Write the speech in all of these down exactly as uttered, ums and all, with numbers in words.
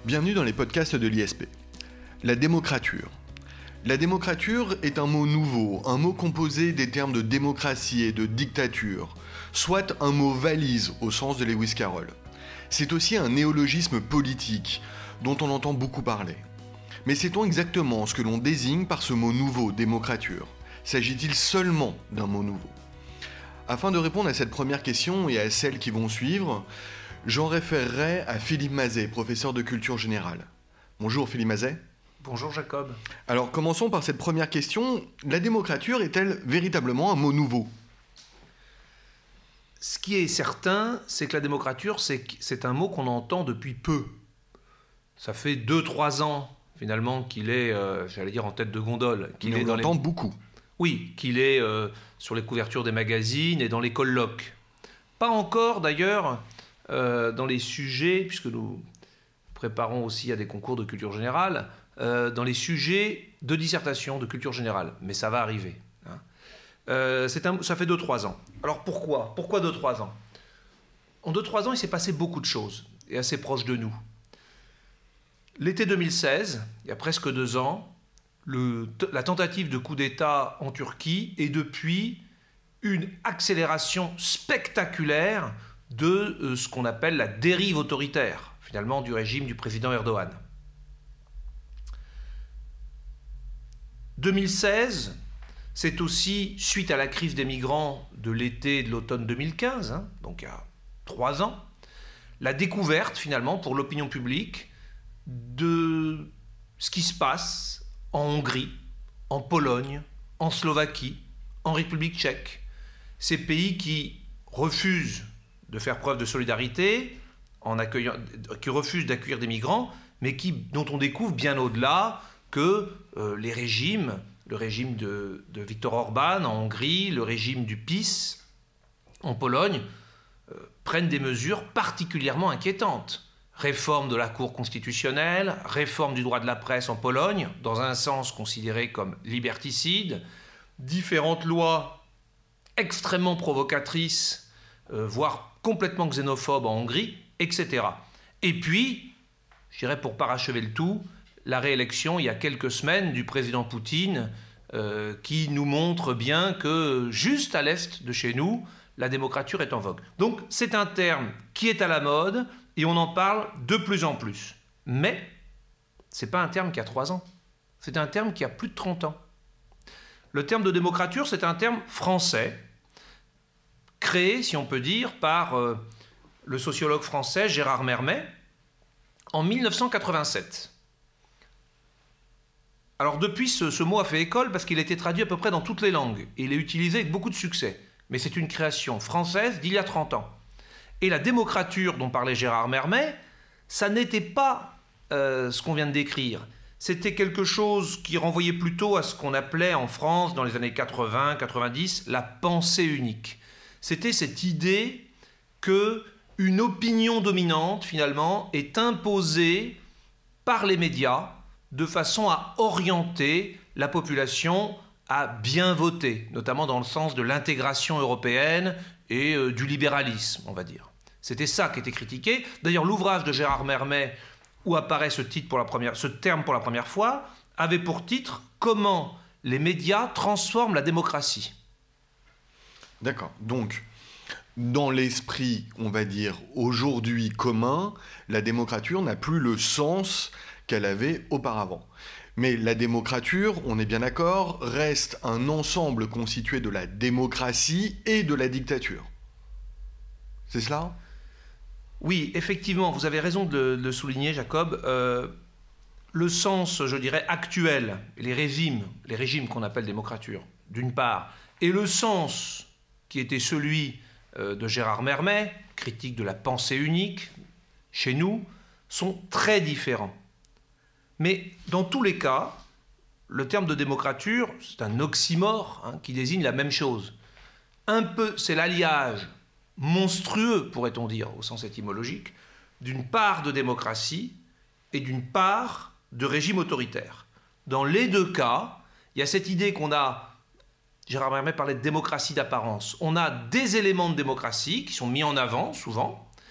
Bienvenue dans les podcasts de l'I S P. La démocrature. La démocrature est un mot nouveau, un mot composé des termes de démocratie et de dictature, soit un mot valise au sens de Lewis Carroll. C'est aussi un néologisme politique dont on entend beaucoup parler. Mais sait-on exactement ce que l'on désigne par ce mot nouveau, démocrature ? S'agit-il seulement d'un mot nouveau ? Afin de répondre à cette première question et à celles qui vont suivre, j'en référerai à Philippe Mazet, professeur de culture générale. Bonjour Philippe Mazet. Bonjour Jacob. Alors commençons par cette première question. La démocrature est-elle véritablement un mot nouveau ? Ce qui est certain, c'est que la démocrature, c'est, c'est un mot qu'on entend depuis peu. Ça fait deux trois ans, finalement, qu'il est, euh, j'allais dire, en tête de gondole. Qu'il Mais est on dans l'entend les... beaucoup. Oui, qu'il est euh, sur les couvertures des magazines et dans les colloques. Pas encore, d'ailleurs, euh, dans les sujets, puisque nous préparons aussi à des concours de culture générale, euh, dans les sujets de dissertation de culture générale. Mais ça va arriver. Hein. Euh, c'est un, ça fait deux trois ans. Alors pourquoi Pourquoi deux trois ans ? En deux trois ans, il s'est passé beaucoup de choses, et assez proches de nous. L'été deux mille seize, il y a presque deux ans, le, la tentative de coup d'État en Turquie est depuis une accélération spectaculaire de euh, ce qu'on appelle la dérive autoritaire, finalement, du régime du président Erdogan. deux mille seize, c'est aussi, suite à la crise des migrants de l'été et de l'automne deux mille quinze, hein, donc il y a trois ans, la découverte, finalement, pour l'opinion publique, de ce qui se passe en Hongrie, en Pologne, en Slovaquie, en République tchèque. Ces pays qui refusent de faire preuve de solidarité, en accueillant, qui refusent d'accueillir des migrants, mais qui, dont on découvre bien au-delà que euh, les régimes, le régime de, de Viktor Orban en Hongrie, le régime du P I S en Pologne, euh, prennent des mesures particulièrement inquiétantes. Réforme de la Cour constitutionnelle, réforme du droit de la presse en Pologne, dans un sens considéré comme liberticide, différentes lois extrêmement provocatrices, euh, voire complètement xénophobes en Hongrie, et cetera. Et puis, je dirais pour parachever le tout, la réélection il y a quelques semaines du président Poutine, euh, qui nous montre bien que juste à l'est de chez nous, la démocrature est en vogue. Donc c'est un terme qui est à la mode, et on en parle de plus en plus. Mais ce n'est pas un terme qui a trois ans. C'est un terme qui a plus de trente ans. Le terme de démocrature, c'est un terme français, créé, si on peut dire, par euh, le sociologue français Gérard Mermet, en mille neuf cent quatre-vingt-sept. Alors depuis, ce, ce mot a fait école parce qu'il a été traduit à peu près dans toutes les langues, et il est utilisé avec beaucoup de succès. Mais c'est une création française d'il y a trente ans. Et la démocrature dont parlait Gérard Mermet, ça n'était pas euh, ce qu'on vient de décrire. C'était quelque chose qui renvoyait plutôt à ce qu'on appelait en France, dans les années quatre-vingts quatre-vingt-dix, la pensée unique. C'était cette idée qu'une opinion dominante, finalement, est imposée par les médias de façon à orienter la population à bien voter, notamment dans le sens de l'intégration européenne et euh, du libéralisme, on va dire. C'était ça qui était critiqué. D'ailleurs, l'ouvrage de Gérard Mermet, où apparaît ce, titre pour la première, ce terme pour la première fois, avait pour titre « Comment les médias transforment la démocratie ». D'accord. Donc, dans l'esprit, on va dire, aujourd'hui commun, la démocrature n'a plus le sens qu'elle avait auparavant. Mais la démocrature, on est bien d'accord, reste un ensemble constitué de la démocratie et de la dictature. C'est cela ? Oui, effectivement, vous avez raison de le, de le souligner, Jacob. Euh, le sens, je dirais, actuel, les régimes, les régimes qu'on appelle démocrature, d'une part, et le sens qui était celui euh, de Gérard Mermet, critique de la pensée unique, chez nous, sont très différents. Mais dans tous les cas, le terme de démocrature, c'est un oxymore hein, qui désigne la même chose. Un peu, c'est l'alliage monstrueux, pourrait-on dire, au sens étymologique, d'une part de démocratie et d'une part de régime autoritaire. Dans les deux cas, il y a cette idée qu'on a, Gérard Mermet parlait de démocratie d'apparence, on a des éléments de démocratie qui sont mis en avant souvent,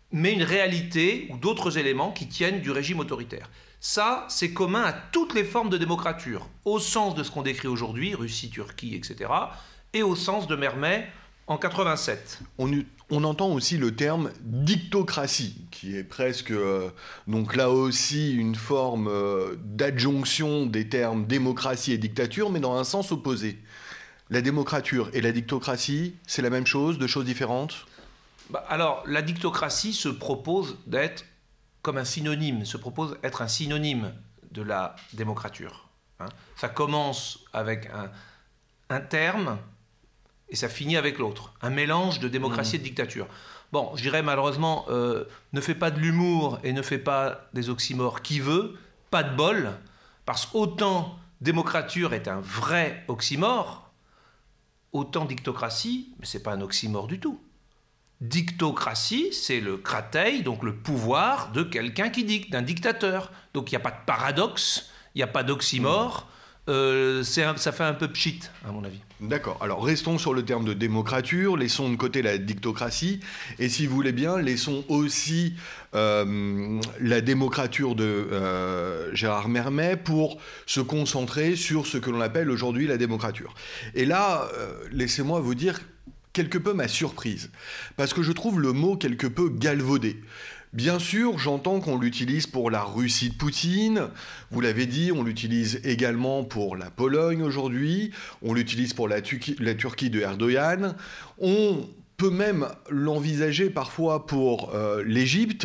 mais une réalité ou d'autres éléments qui tiennent du régime autoritaire. Ça, c'est commun à toutes les formes de démocrature, au sens de ce qu'on décrit aujourd'hui, Russie, Turquie, et cetera, et au sens de Mermet en quatre-vingt-sept. On, on entend aussi le terme dictocratie, qui est presque, euh, donc là aussi, une forme euh, d'adjonction des termes démocratie et dictature, mais dans un sens opposé. La démocrature et la dictocratie, c'est la même chose, deux choses différentes ? Bah, alors, la dictocratie se propose d'être comme un synonyme, se propose d'être un synonyme de la démocrature. Hein. Ça commence avec un, un terme et ça finit avec l'autre. Un mélange de démocratie mmh. et de dictature. Bon, je dirais malheureusement, euh, ne fais pas de l'humour et ne fais pas des oxymores qui veut, pas de bol, parce qu'autant démocrature est un vrai oxymore, autant dictocratie, mais c'est pas un oxymore du tout. Dictocratie, c'est le kratei, donc le pouvoir de quelqu'un qui dicte, d'un dictateur. Donc il n'y a pas de paradoxe, il n'y a pas d'oxymore, euh, c'est un, ça fait un peu pchit, à mon avis. D'accord, alors restons sur le terme de démocrature, laissons de côté la dictocratie, et si vous voulez bien, laissons aussi euh, la démocrature de euh, Gérard Mermet pour se concentrer sur ce que l'on appelle aujourd'hui la démocrature. Et là, euh, laissez-moi vous dire quelque peu ma surprise, parce que je trouve le mot quelque peu galvaudé. Bien sûr, j'entends qu'on l'utilise pour la Russie de Poutine, vous l'avez dit, on l'utilise également pour la Pologne aujourd'hui, on l'utilise pour la, Turquie, la Turquie de Erdogan, on peut même l'envisager parfois pour euh, l'Égypte,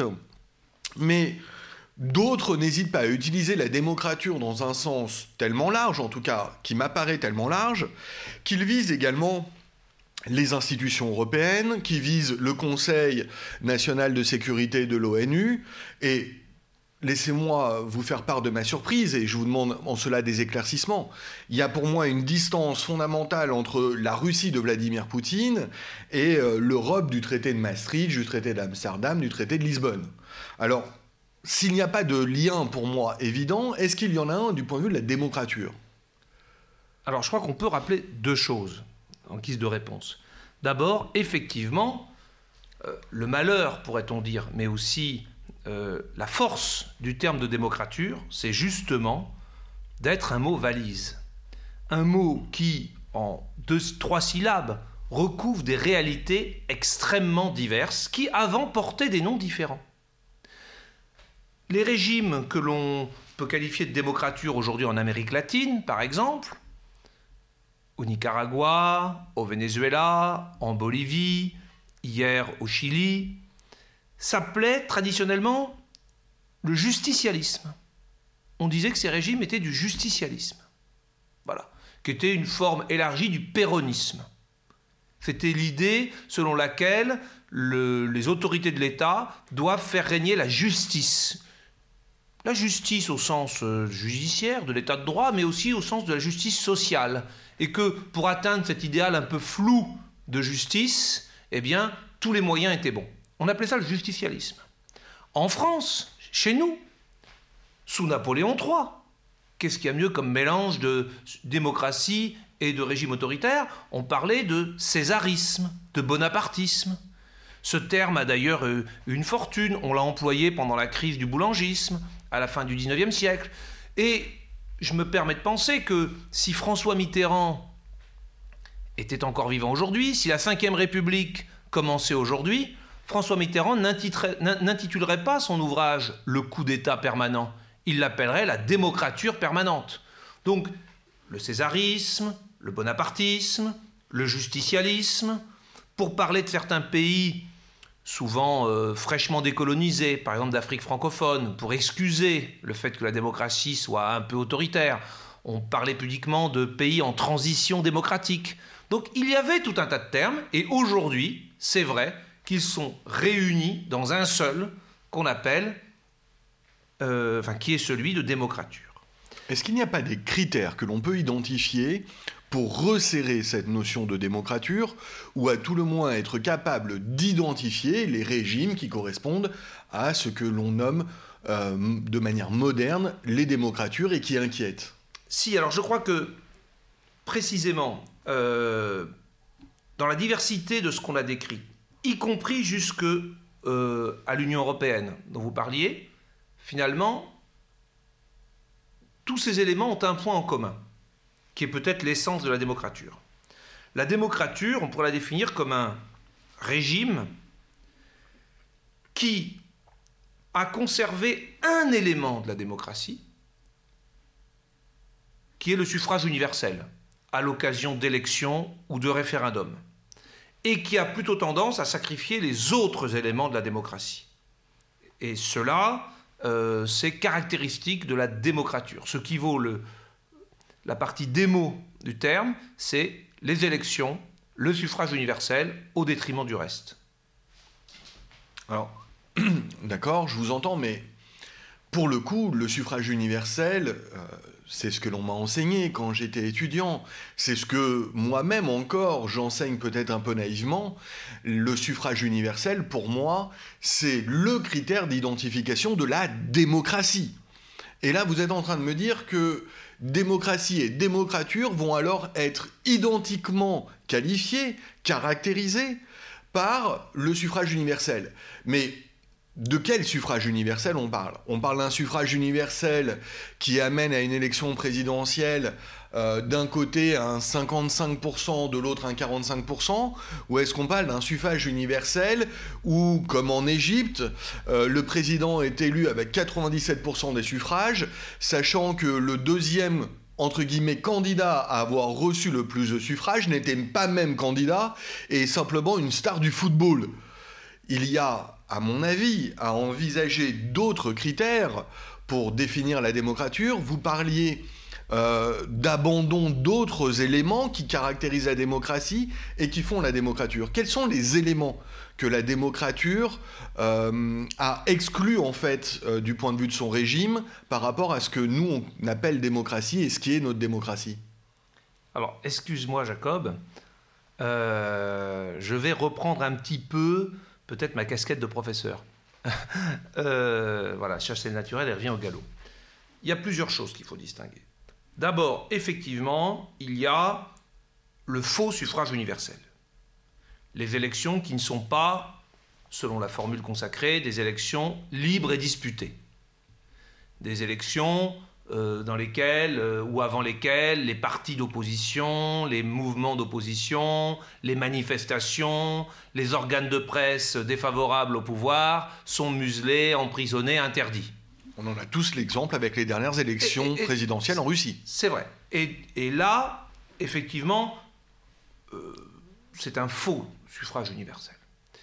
mais d'autres n'hésitent pas à utiliser la démocrature dans un sens tellement large, en tout cas qui m'apparaît tellement large, qu'il vise également les institutions européennes, qui visent le Conseil national de sécurité de l'ONU, et laissez-moi vous faire part de ma surprise, et je vous demande en cela des éclaircissements. Il y a pour moi une distance fondamentale entre la Russie de Vladimir Poutine et euh, l'Europe du traité de Maastricht, du traité d'Amsterdam, du traité de Lisbonne. Alors, s'il n'y a pas de lien pour moi évident, est-ce qu'il y en a un du point de vue de la démocrature ? Alors, je crois qu'on peut rappeler deux choses en guise de réponse. D'abord, effectivement, euh, le malheur, pourrait-on dire, mais aussi euh, la force du terme de démocrature, c'est justement d'être un mot valise. Un mot qui, en deux, trois syllabes, recouvre des réalités extrêmement diverses, qui avant portaient des noms différents. Les régimes que l'on peut qualifier de démocrature aujourd'hui en Amérique latine, par exemple, au Nicaragua, au Venezuela, en Bolivie, hier au Chili, s'appelait traditionnellement le justicialisme. On disait que ces régimes étaient du justicialisme, voilà, qui était une forme élargie du péronisme. C'était l'idée selon laquelle le, les autorités de l'État doivent faire régner la justice. La justice au sens euh, judiciaire de l'État de droit, mais aussi au sens de la justice sociale. Et que pour atteindre cet idéal un peu flou de justice, eh bien, tous les moyens étaient bons. On appelait ça le justicialisme. En France, chez nous, sous Napoléon trois, qu'est-ce qu'il y a mieux comme mélange de démocratie et de régime autoritaire ? On parlait de césarisme, de bonapartisme. Ce terme a d'ailleurs une fortune. On l'a employé pendant la crise du boulangisme, à la fin du dix-neuvième siècle. Et je me permets de penser que si François Mitterrand était encore vivant aujourd'hui, si la cinquième République commençait aujourd'hui, François Mitterrand n'intitulerait pas son ouvrage « Le coup d'État permanent ». Il l'appellerait « La démocrature permanente ». Donc, le césarisme, le bonapartisme, le justicialisme, pour parler de certains pays souvent euh, fraîchement décolonisés, par exemple d'Afrique francophone, pour excuser le fait que la démocratie soit un peu autoritaire. On parlait pudiquement de pays en transition démocratique. Donc il y avait tout un tas de termes, et aujourd'hui, c'est vrai qu'ils sont réunis dans un seul qu'on appelle, euh, enfin, qui est celui de démocrature. Est-ce qu'il n'y a pas des critères que l'on peut identifier pour resserrer cette notion de démocrature, ou à tout le moins être capable d'identifier les régimes qui correspondent à ce que l'on nomme euh, de manière moderne les démocratures et qui inquiètent ? Si, alors je crois que précisément, euh, dans la diversité de ce qu'on a décrit, y compris jusque euh, à l'Union européenne dont vous parliez, finalement, tous ces éléments ont un point en commun, qui est peut-être l'essence de la démocrature. La démocrature, on pourrait la définir comme un régime qui a conservé un élément de la démocratie, qui est le suffrage universel, à l'occasion d'élections ou de référendums, et qui a plutôt tendance à sacrifier les autres éléments de la démocratie. Et cela, euh, c'est caractéristique de la démocrature. Ce qui vaut le, la partie démo du terme, c'est les élections, le suffrage universel, au détriment du reste. Alors, d'accord, je vous entends, mais pour le coup, le suffrage universel, euh, c'est ce que l'on m'a enseigné quand j'étais étudiant. C'est ce que moi-même encore, j'enseigne peut-être un peu naïvement. Le suffrage universel, pour moi, c'est le critère d'identification de la démocratie. Et là, vous êtes en train de me dire que démocratie et démocrature vont alors être identiquement qualifiées, caractérisées par le suffrage universel. Mais de quel suffrage universel on parle ? On parle d'un suffrage universel qui amène à une élection présidentielle euh, d'un côté un cinquante-cinq pour cent, de l'autre un quarante-cinq pour cent ? Ou est-ce qu'on parle d'un suffrage universel où, comme en Égypte, euh, le président est élu avec quatre-vingt-dix-sept pour cent des suffrages, sachant que le deuxième entre guillemets, candidat à avoir reçu le plus de suffrages n'était pas même candidat et simplement une star du football. Il y a, à mon avis, à envisager d'autres critères pour définir la démocrature. Vous parliez euh, d'abandon d'autres éléments qui caractérisent la démocratie et qui font la démocrature. Quels sont les éléments que la démocrature euh, a exclus en fait euh, du point de vue de son régime par rapport à ce que nous on appelle démocratie et ce qui est notre démocratie ? Alors, excuse-moi Jacob, euh, je vais reprendre un petit peu peut-être ma casquette de professeur. euh, voilà, chasse naturelle, elle revient au galop. Il y a plusieurs choses qu'il faut distinguer. D'abord, effectivement, il y a le faux suffrage universel. Les élections qui ne sont pas, selon la formule consacrée, des élections libres et disputées. Des élections euh, dans lesquelles, euh, ou avant lesquelles, les partis d'opposition, les mouvements d'opposition, les manifestations, les organes de presse défavorables au pouvoir sont muselés, emprisonnés, interdits. On en a tous l'exemple avec les dernières élections et, et, et, présidentielles en Russie. C'est vrai. Et, et là, effectivement, euh, c'est un faux suffrage universel.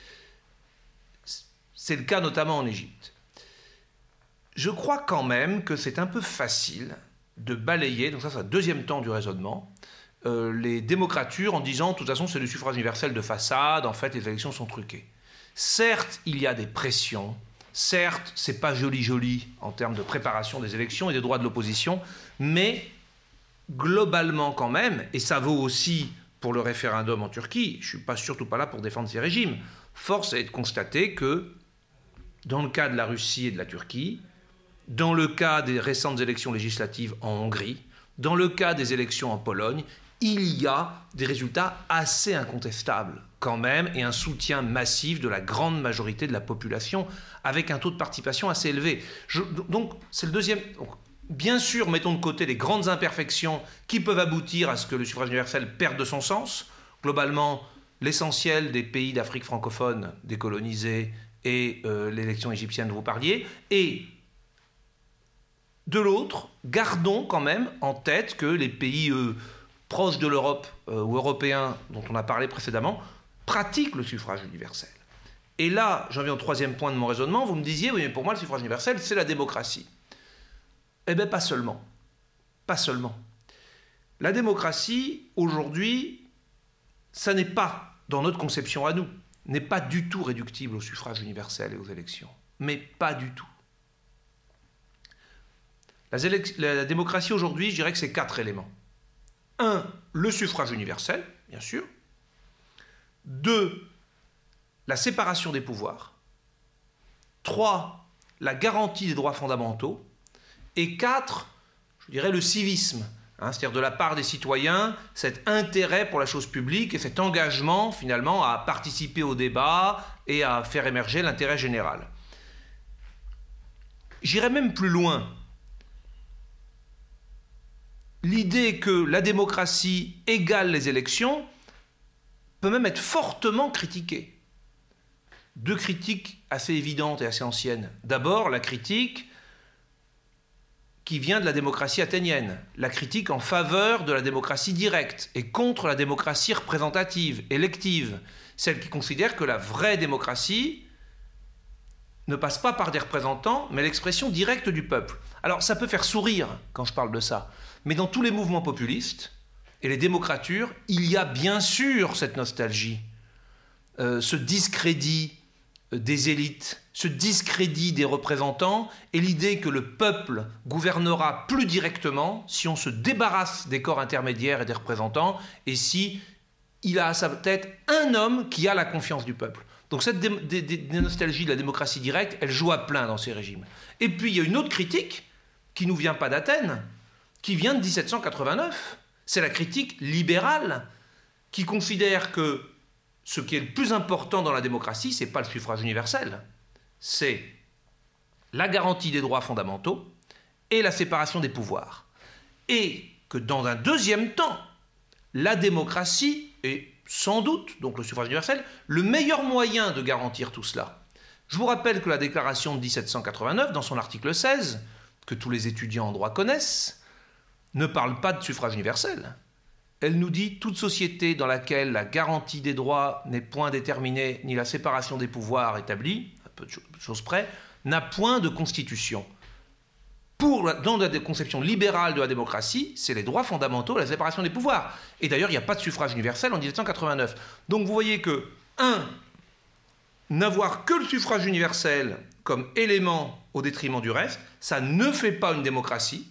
C'est le cas notamment en Égypte. Je crois quand même que c'est un peu facile de balayer, donc ça c'est le deuxième temps du raisonnement, euh, les démocratures en disant de toute façon c'est le suffrage universel de façade, en fait les élections sont truquées. Certes, il y a des pressions, certes, c'est pas joli joli en termes de préparation des élections et des droits de l'opposition, mais globalement quand même, et ça vaut aussi pour le référendum en Turquie, je ne suis pas surtout pas là pour défendre ces régimes, force est de constater que dans le cas de la Russie et de la Turquie, dans le cas des récentes élections législatives en Hongrie, dans le cas des élections en Pologne, il y a des résultats assez incontestables quand même et un soutien massif de la grande majorité de la population avec un taux de participation assez élevé. Je, donc c'est le deuxième... Donc, bien sûr, mettons de côté les grandes imperfections qui peuvent aboutir à ce que le suffrage universel perde de son sens. Globalement, l'essentiel des pays d'Afrique francophone décolonisés et euh, l'élection égyptienne dont vous parliez. Et de l'autre, gardons quand même en tête que les pays euh, proches de l'Europe euh, ou européens dont on a parlé précédemment pratiquent le suffrage universel. Et là, j'en viens au troisième point de mon raisonnement. Vous me disiez, oui, mais pour moi, le suffrage universel, c'est la démocratie. Eh bien, pas seulement. Pas seulement. La démocratie, aujourd'hui, ça n'est pas, dans notre conception à nous, n'est pas du tout réductible au suffrage universel et aux élections. Mais pas du tout. La, élec- la démocratie, aujourd'hui, je dirais que c'est quatre éléments. Un, le suffrage universel, bien sûr. Deux, la séparation des pouvoirs. Trois, la garantie des droits fondamentaux. Et quatre, je dirais le civisme, Hein, c'est-à-dire de la part des citoyens, cet intérêt pour la chose publique et cet engagement finalement à participer au débat et à faire émerger l'intérêt général. J'irais même plus loin. L'idée que la démocratie égale les élections peut même être fortement critiquée. Deux critiques assez évidentes et assez anciennes. D'abord, la critique qui vient de la démocratie athénienne, la critique en faveur de la démocratie directe et contre la démocratie représentative, élective, celle qui considère que la vraie démocratie ne passe pas par des représentants, mais l'expression directe du peuple. Alors ça peut faire sourire quand je parle de ça, mais dans tous les mouvements populistes et les démocratures, il y a bien sûr cette nostalgie, euh, ce discrédit des élites, ce discrédit des représentants et l'idée que le peuple gouvernera plus directement si on se débarrasse des corps intermédiaires et des représentants et si il a à sa tête un homme qui a la confiance du peuple. Donc cette dé- dé- dé- nostalgie de la démocratie directe, elle joue à plein dans ces régimes. Et puis il y a une autre critique qui ne nous vient pas d'Athènes, qui vient de dix-sept cent quatre-vingt-neuf. C'est la critique libérale qui considère que ce qui est le plus important dans la démocratie, ce n'est pas le suffrage universel, c'est la garantie des droits fondamentaux et la séparation des pouvoirs. Et que dans un deuxième temps, la démocratie est sans doute, donc le suffrage universel, le meilleur moyen de garantir tout cela. Je vous rappelle que la déclaration de dix-sept cent quatre-vingt-neuf, dans son article seize, que tous les étudiants en droit connaissent, ne parle pas de suffrage universel. Elle nous dit « toute société dans laquelle la garantie des droits n'est point déterminée ni la séparation des pouvoirs établie, à peu de choses près, n'a point de constitution ». Pour la, dans la conception libérale de la démocratie, c'est les droits fondamentaux et la séparation des pouvoirs. Et d'ailleurs, il n'y a pas de suffrage universel en dix-sept cent quatre-vingt-neuf. Donc vous voyez que, un, n'avoir que le suffrage universel comme élément au détriment du reste, ça ne fait pas une démocratie.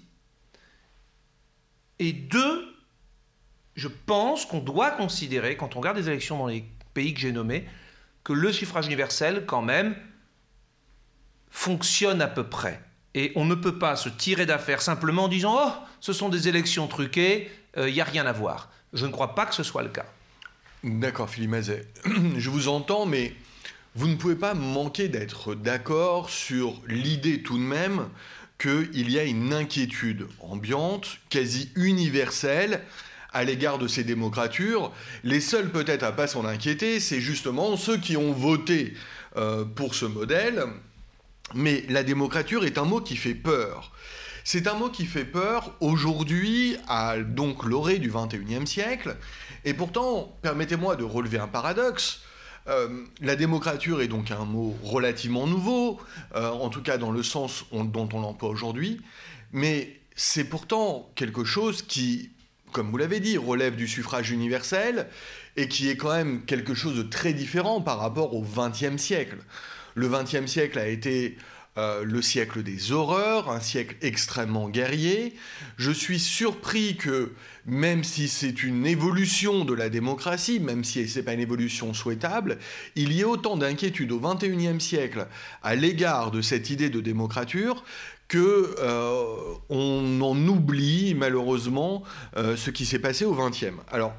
Et deux, je pense qu'on doit considérer, quand on regarde les élections dans les pays que j'ai nommés, que le suffrage universel, quand même, fonctionne à peu près. Et on ne peut pas se tirer d'affaire simplement en disant « Oh, ce sont des élections truquées, il euh, n'y a rien à voir ». Je ne crois pas que ce soit le cas. D'accord, Philippe Mazet. Je vous entends, mais vous ne pouvez pas manquer d'être d'accord sur l'idée tout de même qu'il y a une inquiétude ambiante, quasi universelle, à l'égard de ces démocratures. Les seuls peut-être à pas s'en inquiéter, c'est justement ceux qui ont voté euh, pour ce modèle. Mais la démocrature est un mot qui fait peur. C'est un mot qui fait peur aujourd'hui, à donc l'orée du vingt et unième siècle. Et pourtant, permettez-moi de relever un paradoxe. Euh, la démocrature est donc un mot relativement nouveau, euh, en tout cas dans le sens on, dont on l'emploie aujourd'hui. Mais c'est pourtant quelque chose qui, comme vous l'avez dit, relève du suffrage universel et qui est quand même quelque chose de très différent par rapport au vingtième siècle. Le vingtième siècle a été euh, le siècle des horreurs, un siècle extrêmement guerrier. Je suis surpris que, même si c'est une évolution de la démocratie, même si ce n'est pas une évolution souhaitable, il y ait autant d'inquiétude au vingt et unième siècle à l'égard de cette idée de démocrature que euh, on en oublie malheureusement euh, ce qui s'est passé au vingtième. Alors,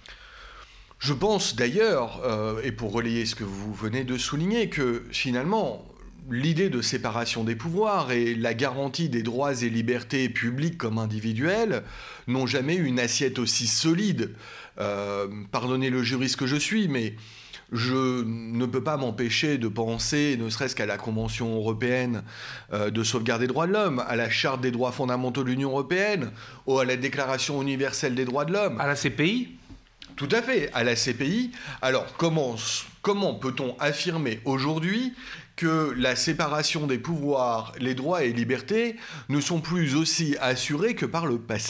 je pense d'ailleurs, euh, et pour relayer ce que vous venez de souligner, que finalement, l'idée de séparation des pouvoirs et la garantie des droits et libertés publiques comme individuels n'ont jamais eu une assiette aussi solide. Euh, pardonnez le juriste que je suis, mais je ne peux pas m'empêcher de penser, ne serait-ce qu'à la Convention européenne euh, de sauvegarde des droits de l'homme, à la Charte des droits fondamentaux de l'Union européenne, ou à la Déclaration universelle des droits de l'homme. À la C P I ? Tout à fait, à la C P I. Alors, comment, comment peut-on affirmer aujourd'hui que la séparation des pouvoirs, les droits et libertés ne sont plus aussi assurés que par le passé ?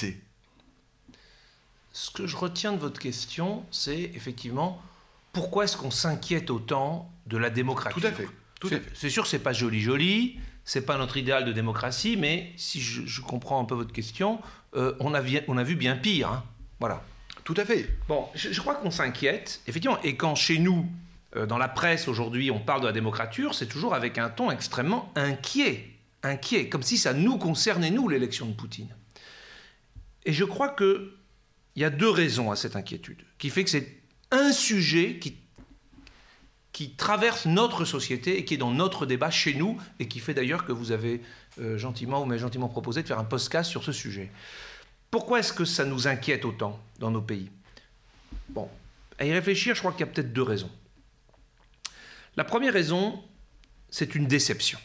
Ce que je retiens de votre question, c'est effectivement pourquoi est-ce qu'on s'inquiète autant de la démocratie ? Tout à fait. Tout c'est, à fait. c'est sûr que c'est pas joli joli, c'est pas notre idéal de démocratie, mais si je, je comprends un peu votre question, euh, on, a vi- on a vu bien pire. Hein. Voilà. Tout à fait. Bon, je, je crois qu'on s'inquiète, effectivement. Et quand chez nous, euh, dans la presse aujourd'hui, on parle de la démocrature, c'est toujours avec un ton extrêmement inquiet. Inquiet, comme si ça nous concernait, nous, l'élection de Poutine. Et je crois qu'il y a deux raisons à cette inquiétude, qui fait que c'est un sujet qui, qui traverse notre société et qui est dans notre débat chez nous, et qui fait d'ailleurs que vous avez euh, gentiment, vous m'avez gentiment proposé de faire un podcast sur ce sujet. Pourquoi est-ce que ça nous inquiète autant dans nos pays ? Bon, à y réfléchir, je crois qu'il y a peut-être deux raisons. La première raison, c'est une déception.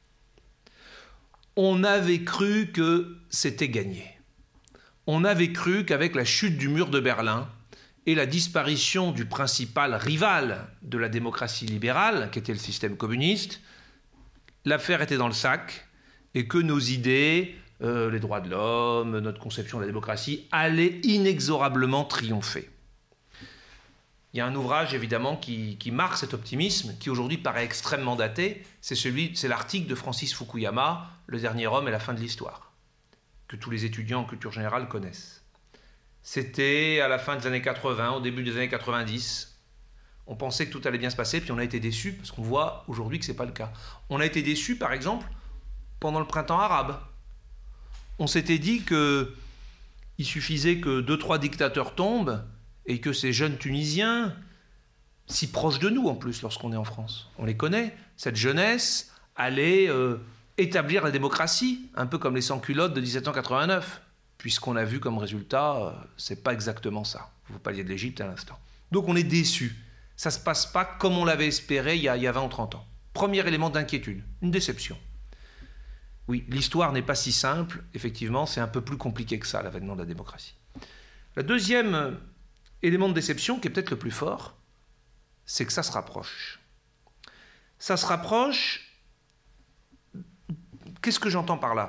On avait cru que c'était gagné. On avait cru qu'avec la chute du mur de Berlin et la disparition du principal rival de la démocratie libérale, qui était le système communiste, l'affaire était dans le sac et que nos idées, euh, les droits de l'homme, notre conception de la démocratie, allaient inexorablement triompher. Il y a un ouvrage, évidemment, qui, qui marque cet optimisme, qui aujourd'hui paraît extrêmement daté. C'est, celui, c'est l'article de Francis Fukuyama, « Le dernier homme et la fin de l'histoire », que tous les étudiants en culture générale connaissent. C'était à la fin des années quatre-vingts, au début des années quatre-vingt-dix. On pensait que tout allait bien se passer, puis on a été déçus, parce qu'on voit aujourd'hui que ce n'est pas le cas. On a été déçus, par exemple, pendant le printemps arabe. On s'était dit qu'il suffisait que deux, trois dictateurs tombent, et que ces jeunes Tunisiens, si proches de nous en plus lorsqu'on est en France, on les connaît, cette jeunesse allait euh, établir la démocratie, un peu comme les sans-culottes de dix-sept cent quatre-vingt-neuf, puisqu'on a vu comme résultat, euh, c'est pas exactement ça. Vous parliez de l'Égypte à l'instant. Donc on est déçus. Ça se passe pas comme on l'avait espéré il y a, il y a vingt ou trente ans. Premier élément d'inquiétude, une déception. Oui, l'histoire n'est pas si simple, effectivement, c'est un peu plus compliqué que ça, l'avènement de la démocratie. La deuxième élément de déception, qui est peut-être le plus fort, c'est que ça se rapproche. Ça se rapproche. Qu'est-ce que j'entends par là ?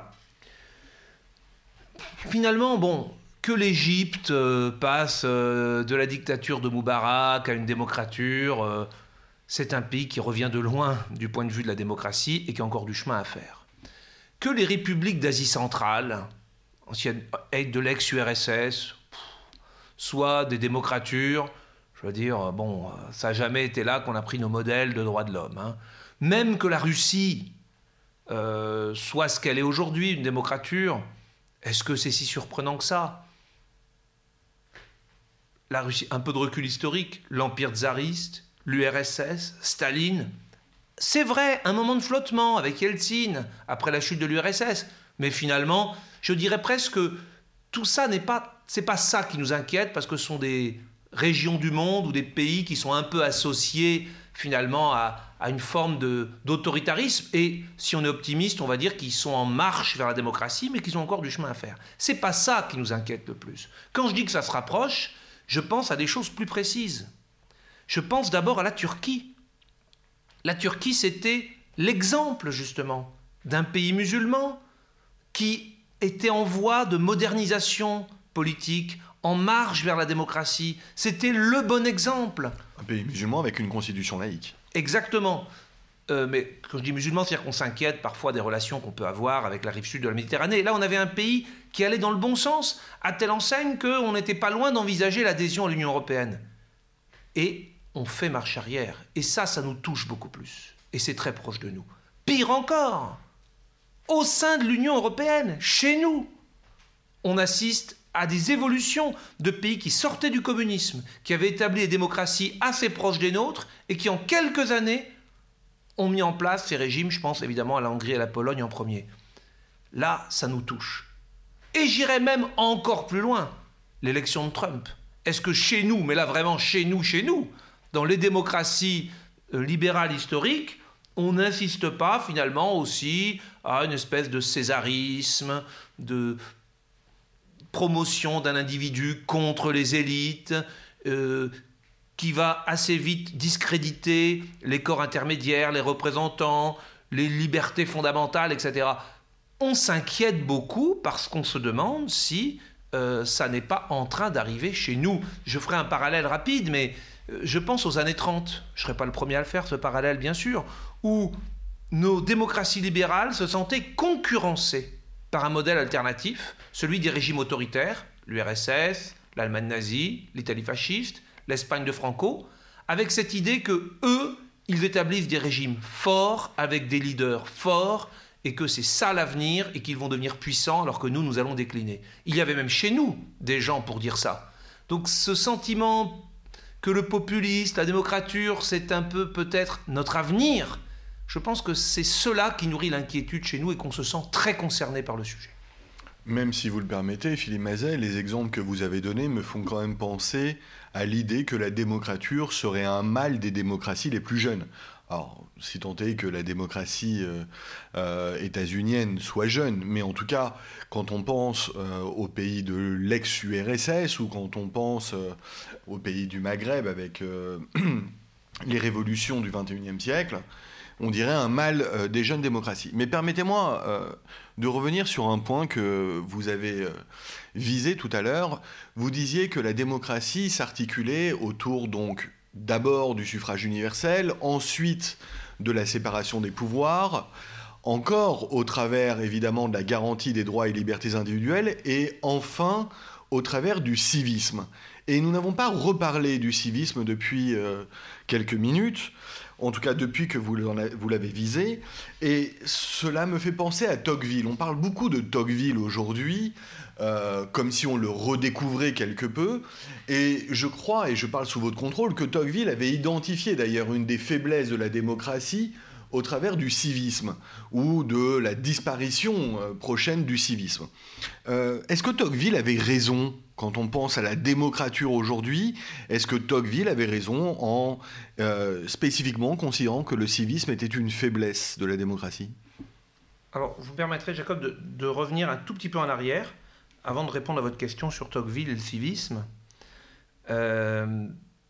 Finalement, bon, que l'Égypte euh, passe euh, de la dictature de Moubarak à une démocrature, euh, c'est un pays qui revient de loin du point de vue de la démocratie et qui a encore du chemin à faire. Que les républiques d'Asie centrale, anciennes de l'ex-U R S S, soit des démocratures, je veux dire, bon, ça n'a jamais été là qu'on a pris nos modèles de droits de l'homme. Hein. Même que la Russie euh, soit ce qu'elle est aujourd'hui, une démocrature, est-ce que c'est si surprenant que ça ? La Russie, un peu de recul historique, l'Empire tsariste, l'U R S S, Staline, c'est vrai, un moment de flottement avec Yeltsin, après la chute de l'U R S S, mais finalement, je dirais presque que tout ça n'est pas... C'est pas ça qui nous inquiète, parce que ce sont des régions du monde ou des pays qui sont un peu associés finalement à, à une forme de, d'autoritarisme. Et si on est optimiste, on va dire qu'ils sont en marche vers la démocratie, mais qu'ils ont encore du chemin à faire. C'est pas ça qui nous inquiète le plus. Quand je dis que ça se rapproche, je pense à des choses plus précises. Je pense d'abord à la Turquie. La Turquie, c'était l'exemple justement d'un pays musulman qui était en voie de modernisation politique, en marche vers la démocratie. C'était le bon exemple. Un pays musulman avec une constitution laïque. Exactement. Euh, mais quand je dis musulman, c'est-à-dire qu'on s'inquiète parfois des relations qu'on peut avoir avec la rive sud de la Méditerranée. Et là, on avait un pays qui allait dans le bon sens, à telle enseigne qu'on n'était pas loin d'envisager l'adhésion à l'Union européenne. Et on fait marche arrière. Et ça, ça nous touche beaucoup plus. Et c'est très proche de nous. Pire encore, au sein de l'Union européenne, chez nous, on assiste à des évolutions de pays qui sortaient du communisme, qui avaient établi des démocraties assez proches des nôtres et qui, en quelques années, ont mis en place ces régimes. Je pense évidemment à la Hongrie et à la Pologne en premier. Là, ça nous touche. Et j'irais même encore plus loin, l'élection de Trump. Est-ce que chez nous, mais là vraiment chez nous, chez nous, dans les démocraties euh, libérales historiques, on n'insiste pas finalement aussi à une espèce de césarisme, de promotion d'un individu contre les élites, euh, qui va assez vite discréditer les corps intermédiaires, les représentants, les libertés fondamentales, et cetera. On s'inquiète beaucoup parce qu'on se demande si euh, ça n'est pas en train d'arriver chez nous. Je ferai un parallèle rapide, mais euh, je pense aux années trente. Je ne serai pas le premier à le faire, ce parallèle, bien sûr, où nos démocraties libérales se sentaient concurrencées par un modèle alternatif, celui des régimes autoritaires, l'U R S S, l'Allemagne nazie, l'Italie fasciste, l'Espagne de Franco, avec cette idée que eux, ils établissent des régimes forts, avec des leaders forts, et que c'est ça l'avenir et qu'ils vont devenir puissants alors que nous, nous allons décliner. Il y avait même chez nous des gens pour dire ça. Donc ce sentiment que le populisme, la démocrature, c'est un peu peut-être notre avenir, je pense que c'est cela qui nourrit l'inquiétude chez nous et qu'on se sent très concerné par le sujet. Même si vous le permettez, Philippe Mazet, les exemples que vous avez donnés me font quand même penser à l'idée que la démocrature serait un mal des démocraties les plus jeunes. Alors, si tant est que la démocratie euh, euh, états-unienne soit jeune, mais en tout cas, quand on pense euh, aux pays de l'ex-U R S S ou quand on pense euh, aux pays du Maghreb avec euh, les révolutions du vingt et unième siècle, on dirait un mal euh, des jeunes démocraties. Mais permettez-moi euh, de revenir sur un point que vous avez euh, visé tout à l'heure. Vous disiez que la démocratie s'articulait autour donc d'abord du suffrage universel, ensuite de la séparation des pouvoirs, encore au travers évidemment de la garantie des droits et libertés individuelles, et enfin au travers du civisme. Et nous n'avons pas reparlé du civisme depuis euh, quelques minutes, en tout cas depuis que vous l'avez visé, et cela me fait penser à Tocqueville. On parle beaucoup de Tocqueville aujourd'hui, euh, comme si on le redécouvrait quelque peu, et je crois, et je parle sous votre contrôle, que Tocqueville avait identifié d'ailleurs une des faiblesses de la démocratie au travers du civisme, ou de la disparition euh, prochaine du civisme. Euh, est-ce que Tocqueville avait raison quand on pense à la démocrature aujourd'hui? Est-ce que Tocqueville avait raison en euh, spécifiquement considérant que le civisme était une faiblesse de la démocratie? Alors, vous me permettrez, Jacob, de, de revenir un tout petit peu en arrière, avant de répondre à votre question sur Tocqueville et le civisme. Euh,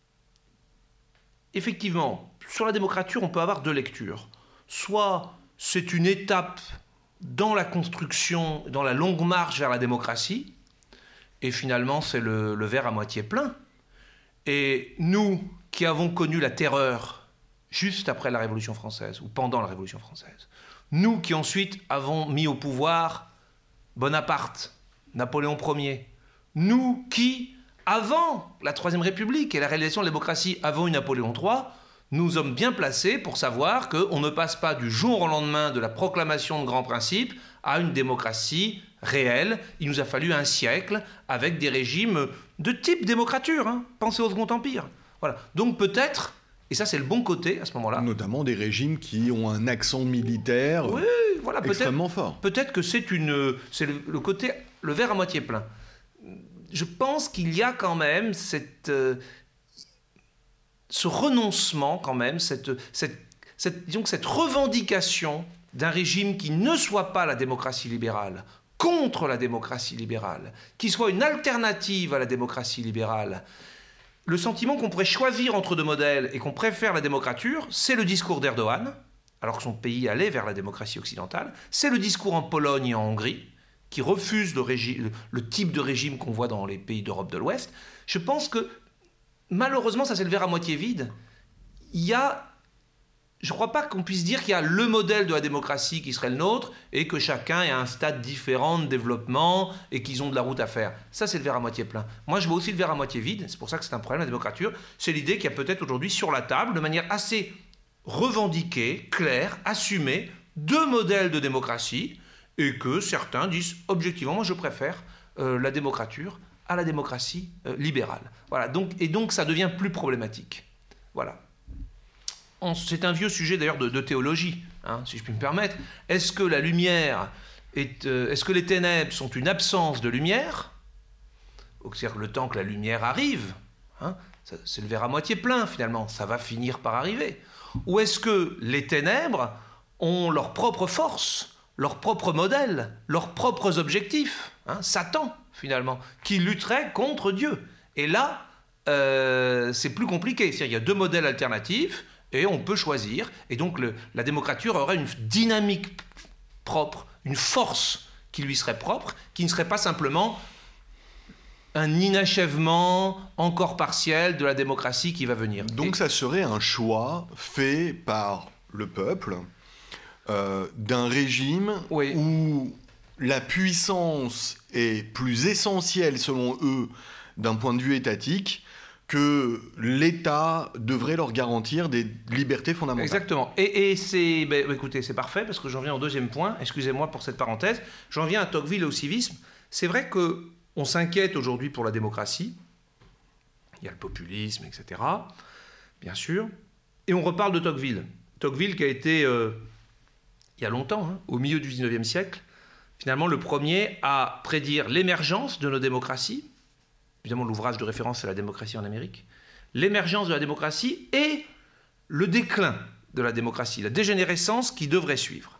effectivement, sur la démocrature, on peut avoir deux lectures. Soit c'est une étape dans la construction, dans la longue marche vers la démocratie, et finalement c'est le, le verre à moitié plein. Et nous qui avons connu la terreur juste après la Révolution française, ou pendant la Révolution française, nous qui ensuite avons mis au pouvoir Bonaparte, Napoléon Ier, nous qui, avant la Troisième République et la réalisation de la démocratie, avons eu Napoléon trois, nous sommes bien placés pour savoir qu'on ne passe pas du jour au lendemain de la proclamation de grands principes à une démocratie réelle. Il nous a fallu un siècle avec des régimes de type démocrature. Hein. Pensez au Second Empire. Voilà. Donc peut-être, et ça c'est le bon côté à ce moment-là. Notamment des régimes qui ont un accent militaire oui, voilà, extrêmement fort. Peut-être que c'est, une, c'est le, le côté, le verre à moitié plein. Je pense qu'il y a quand même cette... Euh, ce renoncement quand même, cette, cette, cette, disons que cette revendication d'un régime qui ne soit pas la démocratie libérale, contre la démocratie libérale, qui soit une alternative à la démocratie libérale. Le sentiment qu'on pourrait choisir entre deux modèles et qu'on préfère la démocrature, c'est le discours d'Erdogan, alors que son pays allait vers la démocratie occidentale, c'est le discours en Pologne et en Hongrie, qui refuse le, régi- le, le type de régime qu'on voit dans les pays d'Europe de l'Ouest. Je pense que malheureusement, ça c'est le verre à moitié vide. Il y a, je ne crois pas qu'on puisse dire qu'il y a le modèle de la démocratie qui serait le nôtre et que chacun est à un stade différent de développement et qu'ils ont de la route à faire. Ça c'est le verre à moitié plein. Moi je vois aussi le verre à moitié vide, c'est pour ça que c'est un problème la démocrature. C'est l'idée qu'il y a peut-être aujourd'hui sur la table, de manière assez revendiquée, claire, assumée, deux modèles de démocratie et que certains disent objectivement, moi je préfère euh, la démocrature à la démocratie euh, libérale. Voilà. Donc, et donc ça devient plus problématique. Voilà. On, c'est un vieux sujet d'ailleurs de, de théologie, hein, si je puis me permettre. Est-ce que la lumière est, euh, est-ce que les ténèbres sont une absence de lumière? C'est-à-dire le temps que la lumière arrive, hein, ça, c'est le verre à moitié plein finalement, ça va finir par arriver. Ou est-ce que les ténèbres ont leur propre force, leur propre modèle, leurs propres objectifs, hein, Satan finalement, qui lutterait contre Dieu. Et là, euh, c'est plus compliqué. C'est-à-dire, il y a deux modèles alternatifs et on peut choisir. Et donc, le, la démocrature aurait une dynamique propre, une force qui lui serait propre, qui ne serait pas simplement un inachèvement encore partiel de la démocratie qui va venir. Donc, et... ça serait un choix fait par le peuple euh, d'un régime oui. où la puissance est plus essentielle, selon eux, d'un point de vue étatique, que l'État devrait leur garantir des libertés fondamentales. Exactement. Et, et c'est, ben, écoutez, c'est parfait, parce que j'en viens au deuxième point. Excusez-moi pour cette parenthèse. J'en viens à Tocqueville et au civisme. C'est vrai qu'on s'inquiète aujourd'hui pour la démocratie. Il y a le populisme, et cetera, bien sûr. Et on reparle de Tocqueville. Tocqueville qui a été, euh, il y a longtemps, hein, au milieu du dix-neuvième siècle, finalement le premier à prédire l'émergence de nos démocraties. Évidemment, l'ouvrage de référence, c'est La démocratie en Amérique. L'émergence de la démocratie et le déclin de la démocratie, la dégénérescence qui devrait suivre.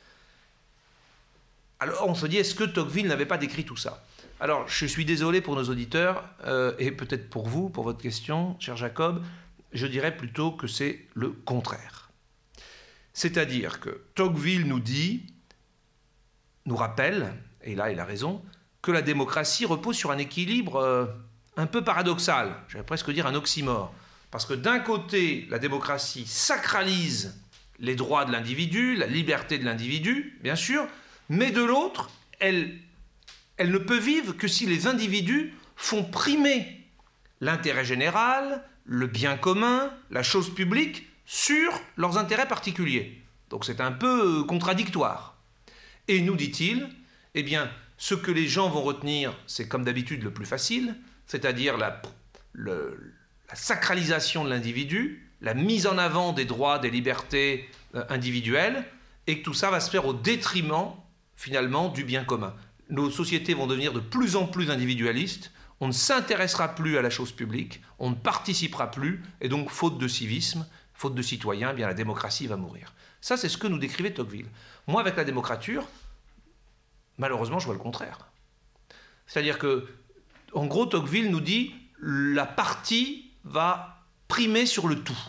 Alors, on se dit, est-ce que Tocqueville n'avait pas décrit tout ça ? Alors, je suis désolé pour nos auditeurs, euh, et peut-être pour vous, pour votre question, cher Jacob, je dirais plutôt que c'est le contraire. C'est-à-dire que Tocqueville nous dit, nous rappelle, et là il a raison, que la démocratie repose sur un équilibre euh, un peu paradoxal, j'allais presque dire un oxymore. Parce que d'un côté, la démocratie sacralise les droits de l'individu, la liberté de l'individu, bien sûr, mais de l'autre, elle, elle ne peut vivre que si les individus font primer l'intérêt général, le bien commun, la chose publique, sur leurs intérêts particuliers. Donc c'est un peu contradictoire. Et nous, dit-il, eh bien, ce que les gens vont retenir, c'est comme d'habitude le plus facile, c'est-à-dire la, le, la sacralisation de l'individu, la mise en avant des droits, des libertés euh, individuelles, et que tout ça va se faire au détriment, finalement, du bien commun. Nos sociétés vont devenir de plus en plus individualistes, on ne s'intéressera plus à la chose publique, on ne participera plus, et donc, faute de civisme, faute de citoyens, eh bien, la démocratie va mourir. Ça, c'est ce que nous décrivait Tocqueville. Moi, avec la démocrature, malheureusement, je vois le contraire. C'est-à-dire que, en gros, Tocqueville nous dit la partie va primer sur le tout.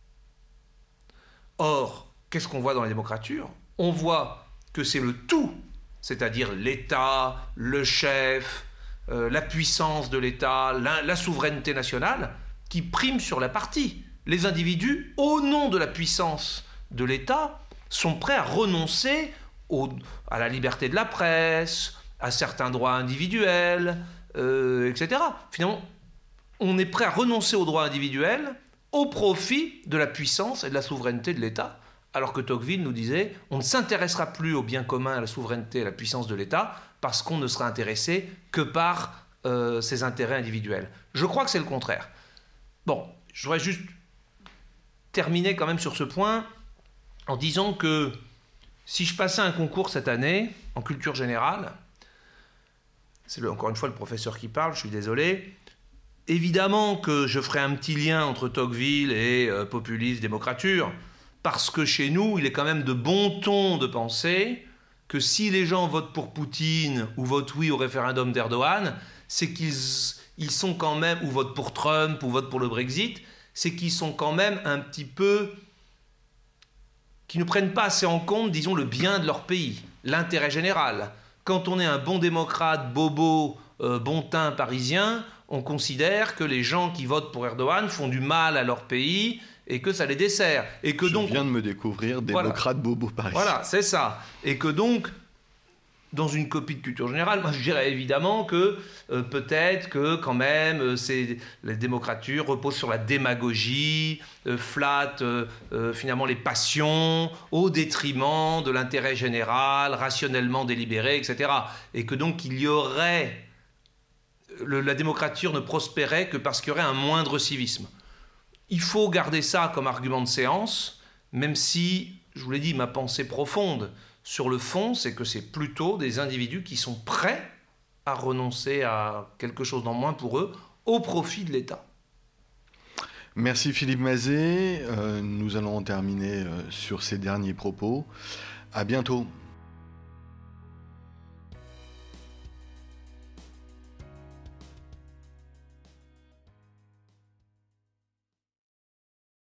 Or, qu'est-ce qu'on voit dans la démocrature ? On voit que c'est le tout, c'est-à-dire l'État, le chef, euh, la puissance de l'État, la, la souveraineté nationale, qui prime sur la partie. Les individus, au nom de la puissance de l'État, sont prêts à renoncer au, à la liberté de la presse, à certains droits individuels, euh, et cetera. Finalement, on est prêt à renoncer aux droits individuels au profit de la puissance et de la souveraineté de l'État, alors que Tocqueville nous disait on ne s'intéressera plus au bien commun, à la souveraineté et à la puissance de l'État, parce qu'on ne sera intéressé que par euh, ses intérêts individuels. Je crois que c'est le contraire. Bon, je voudrais juste terminer quand même sur ce point en disant que si je passais un concours cette année, en culture générale, c'est le, encore une fois le professeur qui parle, je suis désolé, évidemment que je ferai un petit lien entre Tocqueville et euh, populisme, démocrature, parce que chez nous, il est quand même de bon ton de penser que si les gens votent pour Poutine ou votent oui au référendum d'Erdogan, c'est qu'ils ils sont quand même, ou votent pour Trump ou votent pour le Brexit, c'est qu'ils sont quand même un petit peu, qui ne prennent pas assez en compte, disons, le bien de leur pays, l'intérêt général. Quand on est un bon démocrate, bobo, euh, bon teint parisien, on considère que les gens qui votent pour Erdogan font du mal à leur pays et que ça les dessert. Et que Je donc, viens de me découvrir démocrate voilà. Bobo parisien. Voilà, c'est ça. Et que donc, dans une copie de culture générale, moi je dirais évidemment que euh, peut-être que quand même euh, c'est, les démocratures reposent sur la démagogie, euh, flattent euh, euh, finalement les passions au détriment de l'intérêt général, rationnellement délibéré, et cetera. Et que donc il y aurait, le, la démocrature ne prospérait que parce qu'il y aurait un moindre civisme. Il faut garder ça comme argument de séance, même si, je vous l'ai dit, ma pensée profonde sur le fond, c'est que c'est plutôt des individus qui sont prêts à renoncer à quelque chose d'en moins pour eux, au profit de l'État. Merci Philippe Mazet. Euh, nous allons en terminer euh, sur ces derniers propos. À bientôt.